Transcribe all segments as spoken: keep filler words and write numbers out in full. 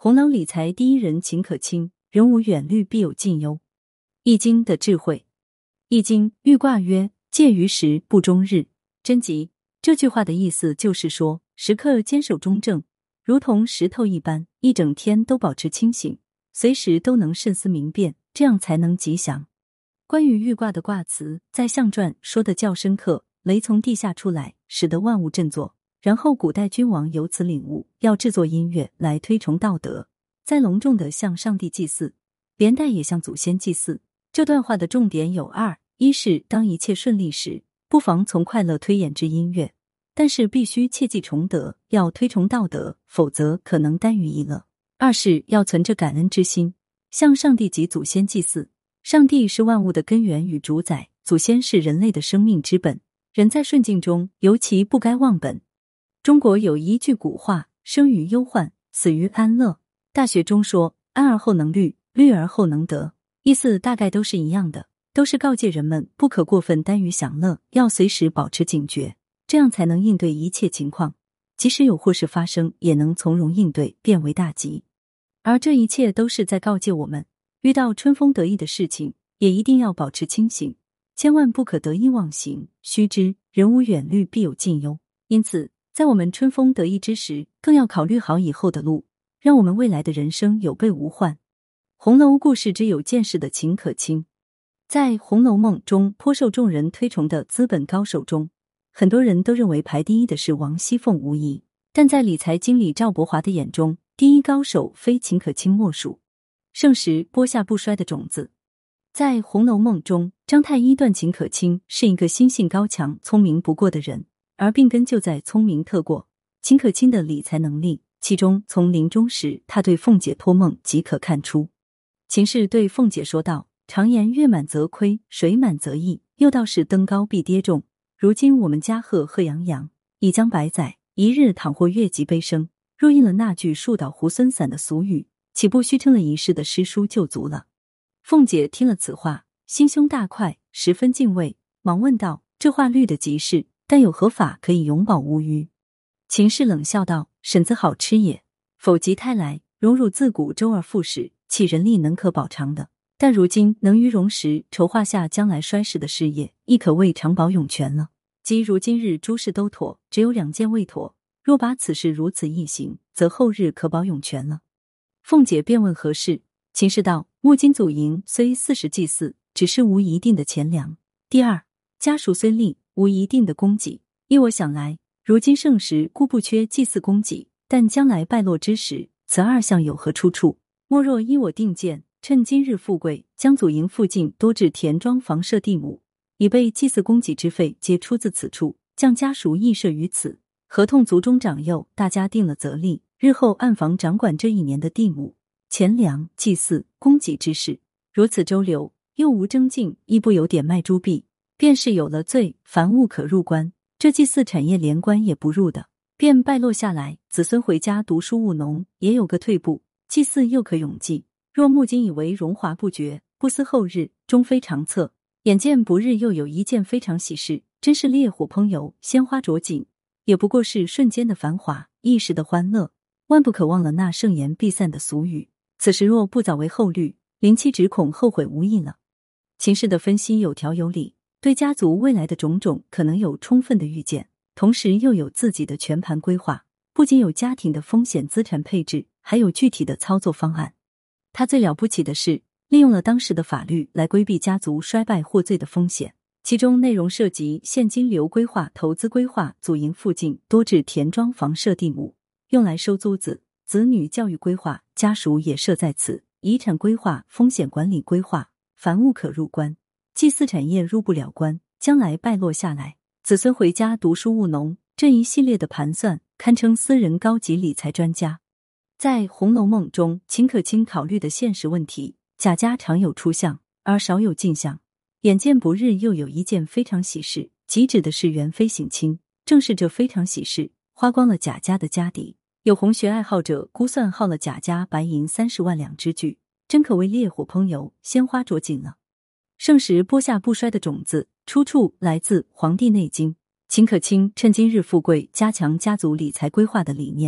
红楼理财第一人秦可卿，人无远虑，必有近忧。易经的智慧。易经豫卦曰：介于时，不终日。真吉。这句话的意思就是说，时刻坚守中正，如同石头一般，一整天都保持清醒，随时都能慎思明辨，这样才能吉祥。关于豫卦的卦辞，在象传说得较深刻，雷从地下出来，使得万物振作。然后古代君王由此领悟，要制作音乐来推崇道德，再隆重地向上帝祭祀，连带也向祖先祭祀。这段话的重点有二：一是当一切顺利时，不妨从快乐推演至音乐，但是必须切记崇德，要推崇道德，否则可能耽于逸乐。二是要存着感恩之心，向上帝及祖先祭祀。上帝是万物的根源与主宰，祖先是人类的生命之本，人在顺境中尤其不该忘本。中国有一句古话：生于忧患，死于安乐。大学中说，安而后能虑，虑而后能得，意思大概都是一样的，都是告诫人们不可过分耽于享乐，要随时保持警觉，这样才能应对一切情况，即使有祸事发生，也能从容应对，变为大吉。而这一切都是在告诫我们，遇到春风得意的事情，也一定要保持清醒，千万不可得意忘形。须知人无远虑，必有近忧。因此在我们春风得意之时，更要考虑好以后的路，让我们未来的人生有备无患。红楼故事之有见识的秦可卿。在《红楼梦》中颇受众人推崇的资本高手中，很多人都认为排第一的是王熙凤无疑，但在理财经理赵伯华的眼中，第一高手非秦可卿莫属。盛时播下不衰的种子。在《红楼梦》中，张太医断秦可卿是一个心性高强、聪明不过的人，而病根就在聪明特过。秦可卿的理财能力，其中从临终时他对凤姐托梦即可看出。秦氏对凤姐说道：常言月满则亏，水满则溢，又道是登高必跌重。如今我们家贺贺洋洋，已将百载，一日倘或月极悲生，若应了那句树倒猢狲散的俗语，岂不虚称了一世的诗书就足了。凤姐听了此话，心胸大快，十分敬畏，忙问道：这话虑得极是，但有何法可以永保无虞？秦氏冷笑道：婶子好吃也，否极泰来，荣辱自古周而复始，岂人力能可保长的？但如今能于荣时筹划下将来衰时的事业，亦可谓长保永全了。即如今日诸事都妥，只有两件未妥，若把此事如此一行，则后日可保永全了。凤姐便问何事？秦氏道：木金祖营虽四时祭祀，只是无一定的钱粮。第二，家属虽立，无一定的供给。依我想来，如今盛时固不缺祭祀供给，但将来败落之时，此二项有何出处？莫若依我定见，趁今日富贵，将祖营附近多置田庄房舍地亩，以备祭祀供给之费皆出自此处，将家属亦设于此。合同族中长幼，大家定了则立，日后暗房掌管这一年的地亩、钱粮、祭祀、供给之事，如此周流，又无征进，亦不有典卖诸币，便是有了罪，凡物可入关，这祭祀产业连关也不入的，便败落下来。子孙回家读书务农，也有个退步，祭祀又可永继。若木金以为荣华不绝，不思后日，终非长策。眼见不日又有一件非常喜事，真是烈火烹油，鲜花着锦，也不过是瞬间的繁华，一时的欢乐，万不可忘了那盛言必散的俗语。此时若不早为后虑，临期只恐后悔无益了。秦氏的分析有条有理，对家族未来的种种可能有充分的预见，同时又有自己的全盘规划，不仅有家庭的风险资产配置，还有具体的操作方案。他最了不起的是利用了当时的法律来规避家族衰败获罪的风险，其中内容涉及现金流规划、投资规划、祖营附近多置田庄房舍地亩，用来收租子、子女教育规划，家属也设在此，遗产规划、风险管理规划，凡物可入关，祭祀产业入不了关，将来败落下来，子孙回家读书务农，这一系列的盘算堪称私人高级理财专家。在《红楼梦》中，秦可卿考虑的现实问题，贾家常有出象，而少有进象。眼见不日又有一件非常喜事，即指的是元妃省亲。正是这非常喜事，花光了贾家的家底。有红学爱好者估算耗了贾家白银三十万两之巨，真可谓烈火烹油，鲜花着锦了。盛时播下不衰的种子，出处来自《黄帝内经》。秦可卿趁今日富贵，加强家族理财规划的理念，对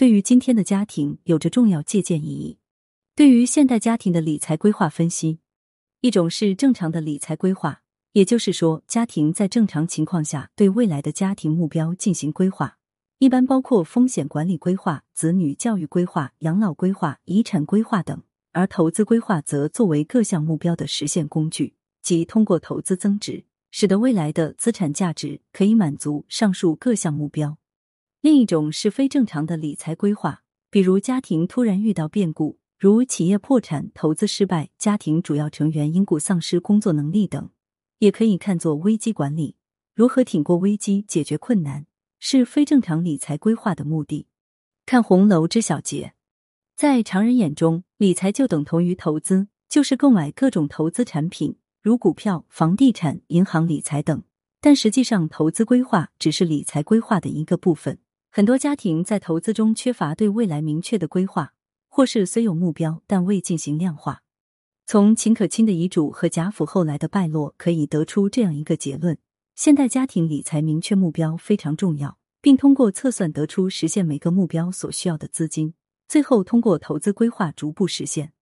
对于今天的家庭有着重要借鉴意义。对于现代家庭的理财规划分析，一种是正常的理财规划，也就是说，家庭在正常情况下对未来的家庭目标进行规划，一般包括风险管理规划、子女教育规划、养老规划、遗产规划等。而投资规划则作为各项目标的实现工具，即通过投资增值，使得未来的资产价值可以满足上述各项目标。另一种是非正常的理财规划，比如家庭突然遇到变故，如企业破产、投资失败、家庭主要成员因故丧失工作能力等，也可以看作危机管理。如何挺过危机、解决困难，是非正常理财规划的目的。看红楼知晓节。在常人眼中，理财就等同于投资，就是购买各种投资产品，如股票、房地产、银行理财等。但实际上，投资规划只是理财规划的一个部分。很多家庭在投资中缺乏对未来明确的规划，或是虽有目标，但未进行量化。从秦可卿的遗嘱和贾府后来的败落，可以得出这样一个结论：现代家庭理财明确目标非常重要，并通过测算得出实现每个目标所需要的资金。最后通过投资规划逐步实现。